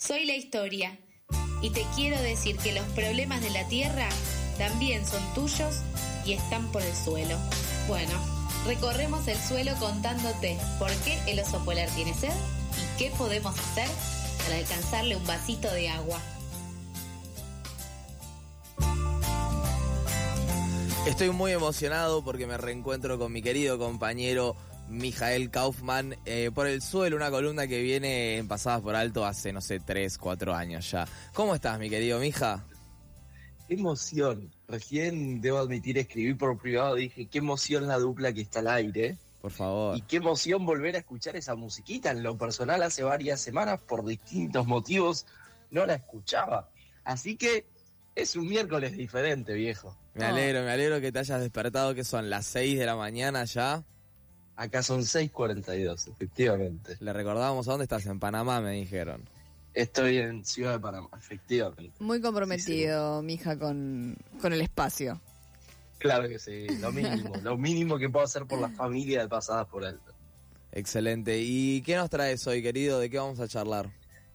Soy la historia y te quiero decir que los problemas de la tierra también son tuyos y están por el suelo. Bueno, recorremos el suelo contándote por qué el oso polar tiene sed y qué podemos hacer para alcanzarle un vasito de agua. Estoy muy emocionado porque me reencuentro con mi querido compañero Mijael Kaufman por el suelo, una columna que viene en Pasadas por Alto hace, 3, 4 años ya. ¿Cómo estás, mi querido Mija? Qué emoción. Recién, debo admitir, escribí por privado, dije, qué emoción la dupla que está al aire. Por favor. Y qué emoción volver a escuchar esa musiquita. En lo personal, hace varias semanas, por distintos motivos, no la escuchaba. Así que es un miércoles diferente, viejo. Me alegro que te hayas despertado, que son las 6 de la mañana ya. Acá son 6:42, efectivamente. Le recordábamos a dónde estás, en Panamá, me dijeron. Estoy en Ciudad de Panamá, efectivamente. Muy comprometido, Sí, mija, con el espacio. claro que sí, lo mínimo que puedo hacer por la familia de Pasadas por Alto. Excelente. ¿Y qué nos traes hoy, querido? ¿De qué vamos a charlar?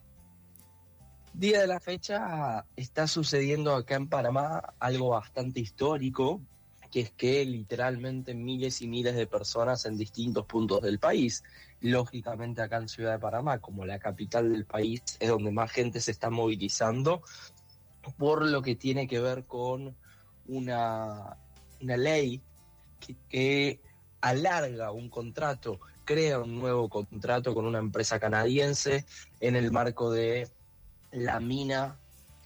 Día de la fecha está sucediendo acá en Panamá algo bastante histórico, que es que literalmente miles y miles de personas en distintos puntos del país, lógicamente acá en Ciudad de Panamá, como la capital del país, es donde más gente se está movilizando por lo que tiene que ver con una ley que alarga un contrato, crea un nuevo contrato con una empresa canadiense en el marco de la mina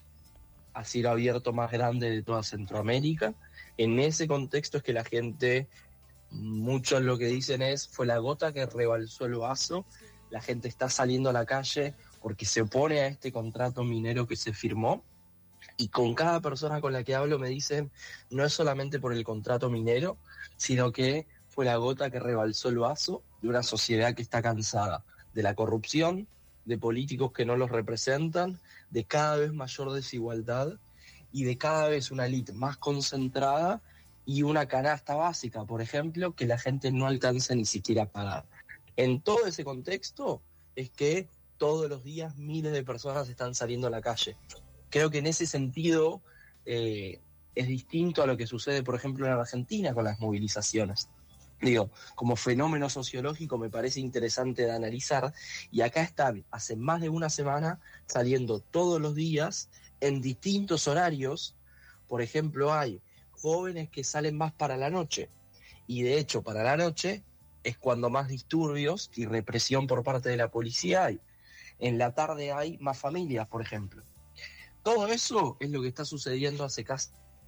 a cielo abierto más grande de toda Centroamérica. En ese contexto es que la gente, muchos lo que dicen fue la gota que rebalsó el vaso. La gente está saliendo a la calle porque se opone a este contrato minero que se firmó. Y con cada persona con la que hablo me dicen, no es solamente por el contrato minero, sino que fue la gota que rebalsó el vaso de una sociedad que está cansada de la corrupción, de políticos que no los representan, de cada vez mayor desigualdad y de cada vez una élite más concentrada y una canasta básica, por ejemplo, que la gente no alcanza ni siquiera a pagar. En todo ese contexto es que todos los días miles de personas están saliendo a la calle. Creo que en ese sentido es distinto a lo que sucede, por ejemplo, en Argentina con las movilizaciones. Digo, como fenómeno sociológico me parece interesante de analizar, y acá están, hace más de una semana, saliendo todos los días en distintos horarios. Por ejemplo, hay jóvenes que salen más para la noche, y de hecho para la noche es cuando más disturbios y represión por parte de la policía hay. En la tarde hay más familias, por ejemplo. Todo eso es lo que está sucediendo hace casi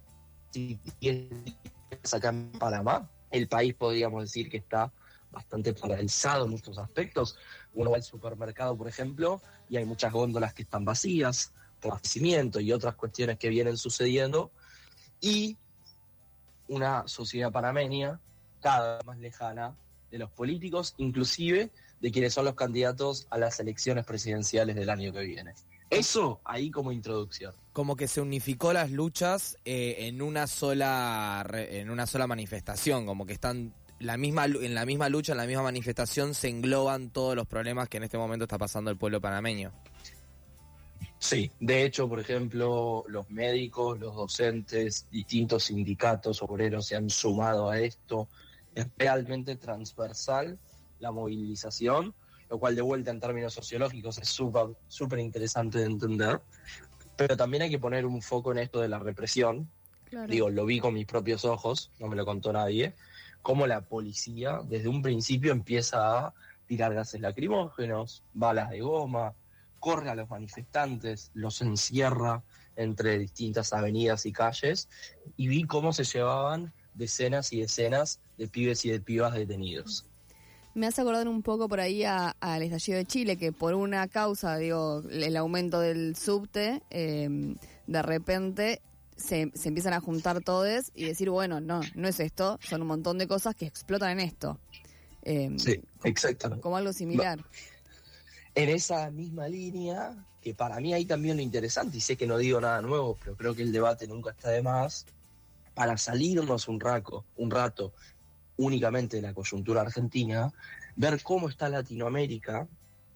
10 días acá en Panamá. El país podríamos decir que está bastante paralizado en muchos aspectos. Uno va al supermercado, por ejemplo, y hay muchas góndolas que están vacías por abastecimiento y otras cuestiones que vienen sucediendo. Y una sociedad panameña cada vez más lejana de los políticos, inclusive de quienes son los candidatos a las elecciones presidenciales del año que viene. Eso ahí como introducción. Como que se unificó las luchas en una sola manifestación, como que están en la misma lucha, en la misma manifestación se engloban todos los problemas que en este momento está pasando el pueblo panameño. Sí, de hecho, por ejemplo, los médicos, los docentes, distintos sindicatos obreros se han sumado a esto. Es realmente transversal la movilización, lo cual de vuelta en términos sociológicos es súper interesante de entender, pero también hay que poner un foco en esto de la represión. Claro. Digo, lo vi con mis propios ojos, no me lo contó nadie, cómo la policía desde un principio empieza a tirar gases lacrimógenos, balas de goma, corre a los manifestantes, los encierra entre distintas avenidas y calles, y vi cómo se llevaban decenas y decenas de pibes y de pibas detenidos. Me hace acordar un poco por ahí al estallido de Chile, que por una causa, el aumento del subte, de repente se empiezan a juntar todos y decir, bueno, no es esto, son un montón de cosas que explotan en esto. Sí, exactamente. Como algo similar. En esa misma línea, que para mí hay también lo interesante, y sé que no digo nada nuevo, pero creo que el debate nunca está de más, para salirnos un rato únicamente de la coyuntura argentina, ver cómo está Latinoamérica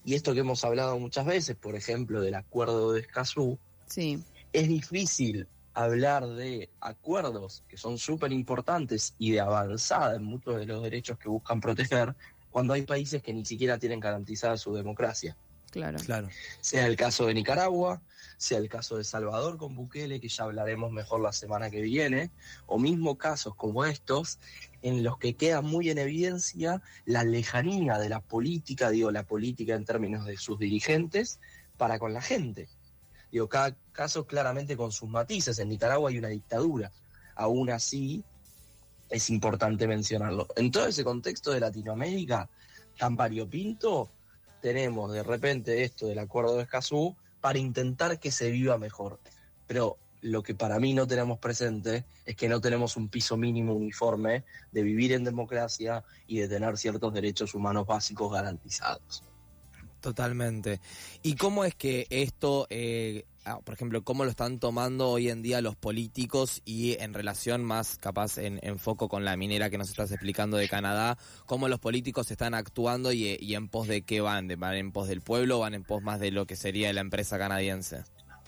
y esto que hemos hablado muchas veces, por ejemplo, del acuerdo de Escazú, Sí, es difícil hablar de acuerdos que son súper importantes y de avanzada en muchos de los derechos que buscan proteger cuando hay países que ni siquiera tienen garantizada su democracia. claro. Claro. Sea el caso de Nicaragua, sea el caso de Salvador con Bukele, que ya hablaremos mejor la semana que viene, o mismo casos como estos, en los que queda muy en evidencia la lejanía de la política, la política en términos de sus dirigentes, para con la gente. Cada caso claramente con sus matices. En Nicaragua hay una dictadura. Aún así, es importante mencionarlo. En todo ese contexto de Latinoamérica tan variopinto, tenemos de repente esto del acuerdo de Escazú para intentar que se viva mejor. Pero lo que para mí no tenemos presente es que no tenemos un piso mínimo uniforme de vivir en democracia y de tener ciertos derechos humanos básicos garantizados. Totalmente. ¿Y cómo es que esto, por ejemplo, cómo lo están tomando hoy en día los políticos y en relación más capaz en foco con la minera que nos estás explicando de Canadá, cómo los políticos están actuando y en pos de qué van? ¿Van en pos del pueblo o van en pos más de lo que sería la empresa canadiense?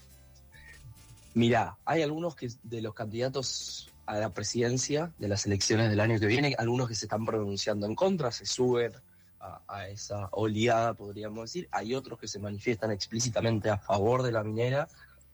Mirá, hay algunos de los candidatos a la presidencia de las elecciones del año que viene, algunos que se están pronunciando en contra, se suben a esa oleada, podríamos decir. Hay otros que se manifiestan explícitamente a favor de la minera,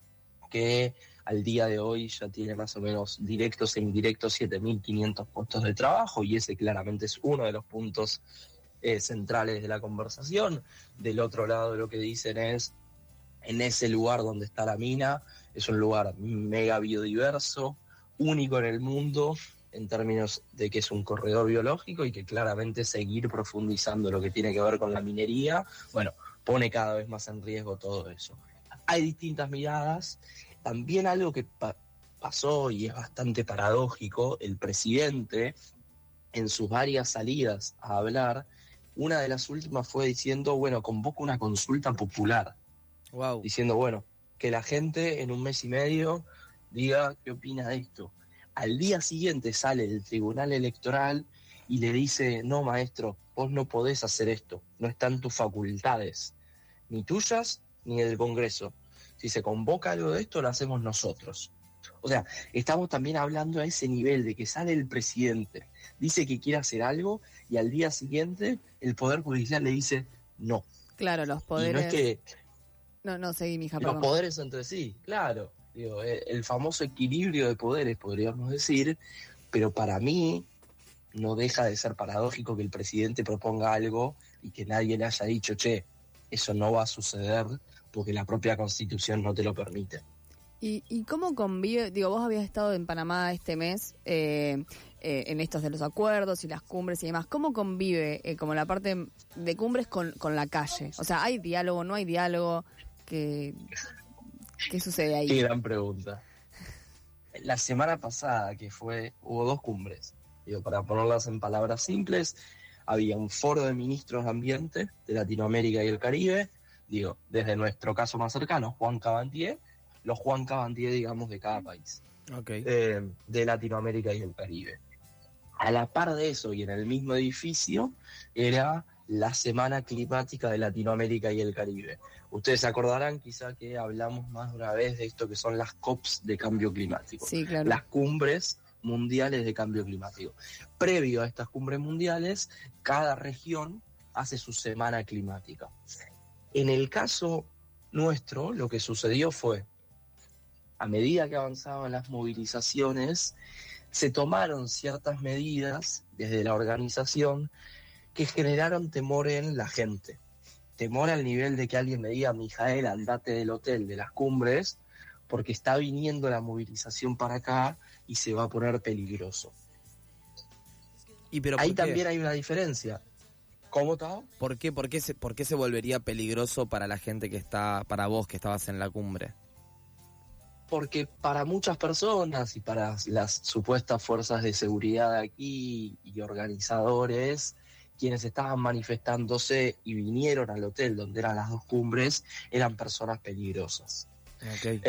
que al día de hoy ya tiene más o menos directos e indirectos 7.500 puestos de trabajo, y ese claramente es uno de los puntos centrales de la conversación. Del otro lado, lo que dicen es, en ese lugar donde está la mina, es un lugar mega biodiverso, único en el mundo, en términos de que es un corredor biológico, y que claramente seguir profundizando lo que tiene que ver con la minería, bueno, pone cada vez más en riesgo todo eso. Hay distintas miradas. También algo que pasó y es bastante paradójico, el presidente, en sus varias salidas a hablar, una de las últimas fue diciendo, bueno, convoco una consulta popular. Wow. Diciendo, bueno, que la gente en un mes y medio diga qué opina de esto. Al día siguiente sale el Tribunal Electoral y le dice, no, maestro, vos no podés hacer esto, no están tus facultades, ni tuyas ni del Congreso. Si se convoca algo de esto, lo hacemos nosotros. O sea, estamos también hablando a ese nivel de que sale el presidente, dice que quiere hacer algo, y al día siguiente el Poder Judicial le dice no. Claro, los poderes... Y no es que... No, seguí, mija, los perdón. poderes entre sí, claro. El famoso equilibrio de poderes, podríamos decir, pero para mí no deja de ser paradójico que el presidente proponga algo y que nadie le haya dicho, che, eso no va a suceder porque la propia Constitución no te lo permite. ¿Y cómo convive? Digo, vos habías estado en Panamá este mes, en estos de los acuerdos y las cumbres y demás. ¿Cómo convive como la parte de cumbres con la calle? O sea, ¿hay diálogo, no hay diálogo? ¿Qué sucede ahí? Qué gran pregunta. La semana pasada hubo 2 cumbres. Para ponerlas en palabras simples, había un foro de ministros de Ambiente de Latinoamérica y el Caribe, desde nuestro caso más cercano, Juan Cabandier, los Juan Cabandier, digamos, de cada país, Okay. de Latinoamérica y el Caribe. A la par de eso, y en el mismo edificio, era la Semana Climática de Latinoamérica y el Caribe. Ustedes se acordarán quizá que hablamos más de una vez de esto que son las COPs de cambio climático. Sí, claro. Las cumbres mundiales de cambio climático. Previo a estas cumbres mundiales, cada región hace su semana climática. En el caso nuestro, lo que sucedió fue, a medida que avanzaban las movilizaciones, se tomaron ciertas medidas desde la organización que generaron temor en la gente. Temor al nivel de que alguien me diga, Mijael, andate del hotel de las cumbres, porque está viniendo la movilización para acá y se va a poner peligroso. ¿Pero ahí por qué? también hay una diferencia. ¿Cómo, Tao? ¿Por qué? ¿Por qué se volvería peligroso para la gente que está, para vos que estabas en la cumbre? Porque para muchas personas y para las supuestas fuerzas de seguridad aquí y organizadores, quienes estaban manifestándose y vinieron al hotel donde eran las 2 cumbres, eran personas peligrosas. Okay.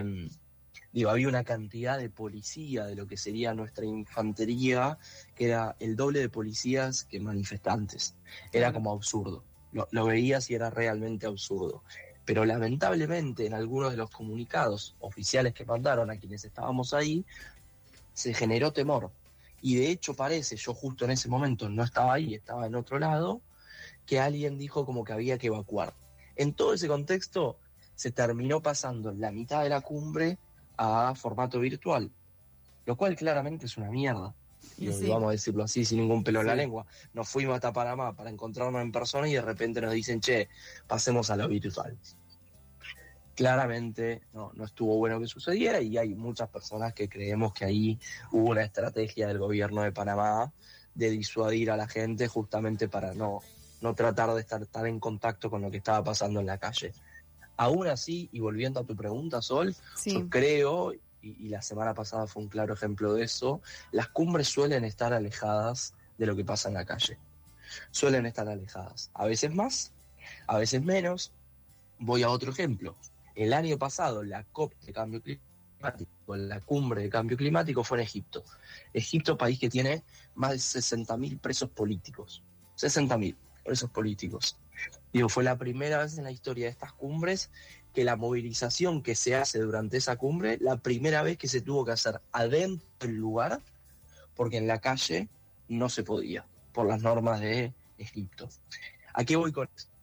Había una cantidad de policía de lo que sería nuestra infantería, que era el doble de policías que manifestantes. Era como absurdo. lo veías y era realmente absurdo. Pero lamentablemente en algunos de los comunicados oficiales que mandaron a quienes estábamos ahí, se generó temor. Y de hecho parece, yo justo en ese momento no estaba ahí, estaba en otro lado, que alguien dijo como que había que evacuar. En todo ese contexto se terminó pasando la mitad de la cumbre a formato virtual, lo cual claramente es una mierda. Y Sí. vamos a decirlo así, sin ningún pelo en la Sí. lengua. Nos fuimos hasta Panamá para encontrarnos en persona y de repente nos dicen, che, pasemos a lo virtual. Claramente no estuvo bueno que sucediera y hay muchas personas que creemos que ahí hubo una estrategia del gobierno de Panamá de disuadir a la gente justamente para no tratar de estar tan en contacto con lo que estaba pasando en la calle. Aún así, y volviendo a tu pregunta, Sol, Sí. yo creo, y la semana pasada fue un claro ejemplo de eso, las cumbres suelen estar alejadas de lo que pasa en la calle. Suelen estar alejadas. A veces más, a veces menos. Voy a otro ejemplo. El año pasado, la COP de cambio climático, la cumbre de cambio climático fue en Egipto. Egipto, país que tiene más de 60.000 presos políticos. 60.000 presos políticos. Digo, fue la primera vez en la historia de estas cumbres que la movilización que se hace durante esa cumbre, la primera vez que se tuvo que hacer adentro del lugar, porque en la calle no se podía, por las normas de Egipto. ¿A qué voy con eso?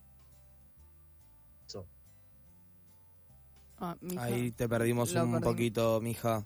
Mija, Ahí te perdimos lo un perdimos. poquito, mija.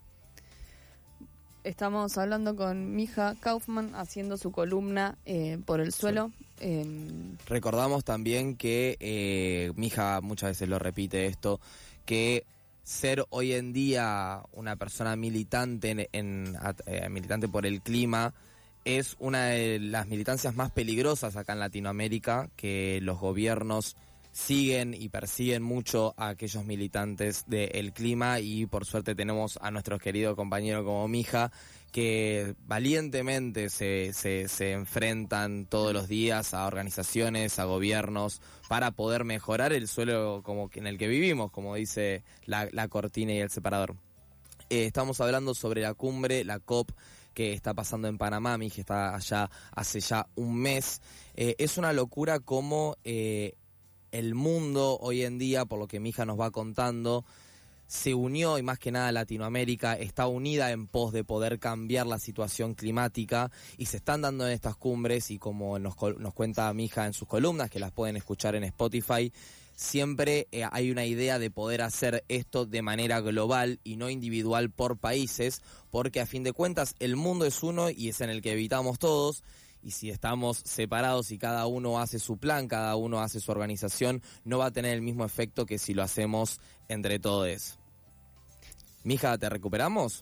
Estamos hablando con Mija Kaufman haciendo su columna por el suelo. Recordamos también que Mija muchas veces lo repite esto, que ser hoy en día una persona militante militante por el clima es una de las militancias más peligrosas acá en Latinoamérica, que los gobiernos siguen y persiguen mucho a aquellos militantes del clima, y por suerte tenemos a nuestros queridos compañeros como Mija, que valientemente se enfrentan todos los días a organizaciones, a gobiernos, para poder mejorar el suelo como que en el que vivimos, como dice la cortina y el separador. Estamos hablando sobre la cumbre, la COP, que está pasando en Panamá. Mi hija está allá hace ya un mes. Es una locura cómo el mundo hoy en día, por lo que mi hija nos va contando, se unió, y más que nada Latinoamérica está unida en pos de poder cambiar la situación climática, y se están dando en estas cumbres, y como nos cuenta mi hija en sus columnas, que las pueden escuchar en Spotify, siempre hay una idea de poder hacer esto de manera global y no individual por países, porque a fin de cuentas el mundo es uno y es en el que habitamos todos. Y si estamos separados y cada uno hace su plan, cada uno hace su organización, no va a tener el mismo efecto que si lo hacemos entre todos. Mija, ¿te recuperamos?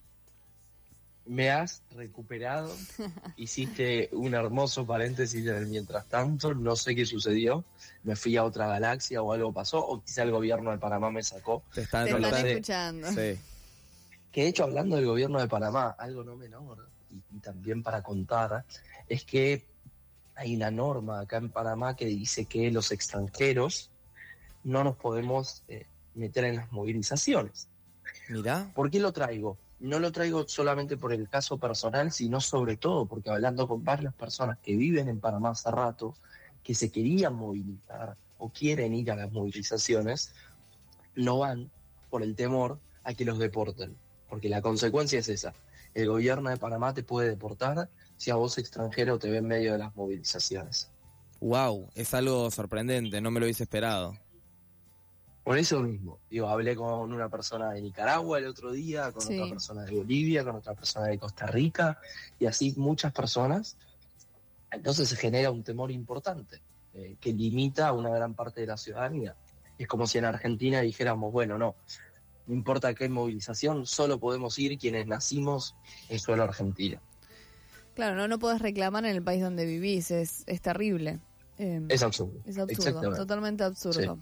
Me has recuperado, hiciste un hermoso paréntesis en el mientras tanto, no sé qué sucedió, me fui a otra galaxia o algo pasó, o quizá el gobierno de Panamá me sacó. Te están, Te no lo están sé. escuchando. Sí. Que de hecho, hablando del gobierno de Panamá, algo no menor, y también para contar, es que hay una norma acá en Panamá que dice que los extranjeros no nos podemos meter en las movilizaciones. Mirá. ¿Por qué lo traigo? No lo traigo solamente por el caso personal, sino sobre todo porque hablando con varias personas que viven en Panamá hace rato, que se querían movilizar o quieren ir a las movilizaciones, no van por el temor a que los deporten. Porque la consecuencia es esa. El gobierno de Panamá te puede deportar si a vos extranjero te ve en medio de las movilizaciones. Wow, es algo sorprendente, no me lo hubiese esperado. Por eso mismo, digo, hablé con una persona de Nicaragua el otro día, con Sí. otra persona de Bolivia, con otra persona de Costa Rica, y así muchas personas. Entonces se genera un temor importante, que limita a una gran parte de la ciudadanía. Es como si en Argentina dijéramos, bueno, no importa qué movilización, solo podemos ir quienes nacimos en suelo argentino. Claro, no podés reclamar en el país donde vivís, es terrible. Es absurdo. Es absurdo, Exactamente. totalmente absurdo.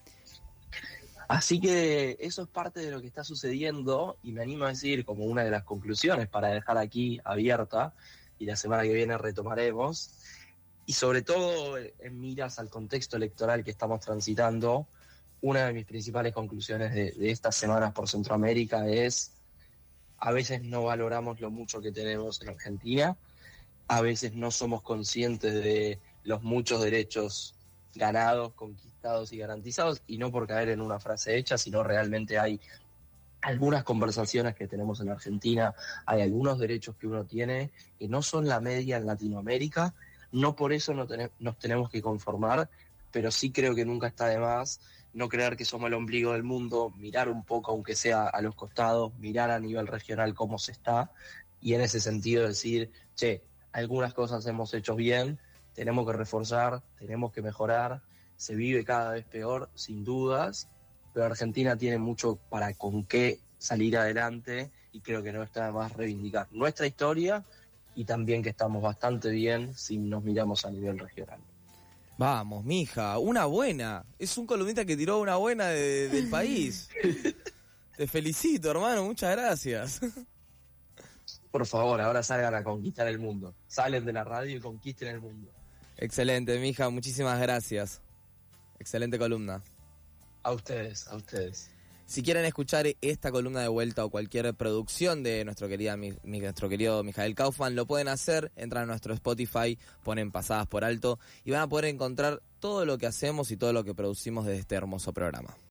Así que eso es parte de lo que está sucediendo y me animo a decir como una de las conclusiones para dejar aquí abierta, y la semana que viene retomaremos, y sobre todo en miras al contexto electoral que estamos transitando, una de mis principales conclusiones de estas semanas por Centroamérica es: a veces no valoramos lo mucho que tenemos en Argentina, a veces no somos conscientes de los muchos derechos ganados, conquistados y garantizados, y no por caer en una frase hecha, sino realmente hay algunas conversaciones que tenemos en Argentina, hay algunos derechos que uno tiene que no son la media en Latinoamérica, no por eso nos tenemos que conformar, pero sí creo que nunca está de más no creer que somos el ombligo del mundo, mirar un poco, aunque sea a los costados, mirar a nivel regional cómo se está, y en ese sentido decir, che, algunas cosas hemos hecho bien, tenemos que reforzar, tenemos que mejorar, se vive cada vez peor, sin dudas, pero Argentina tiene mucho para con qué salir adelante, y creo que no está de más reivindicar nuestra historia, y también que estamos bastante bien si nos miramos a nivel regional. Vamos, mija, una buena. Es un columnista que tiró una buena del país. Te felicito, hermano, muchas gracias. Por favor, ahora salgan a conquistar el mundo. Salen de la radio y conquisten el mundo. Excelente, mija, muchísimas gracias. Excelente columna. A ustedes, a ustedes. Si quieren escuchar esta columna de vuelta o cualquier producción de nuestro querido Mijael Kaufman, lo pueden hacer, entran a nuestro Spotify, ponen Pasadas por Alto y van a poder encontrar todo lo que hacemos y todo lo que producimos desde este hermoso programa.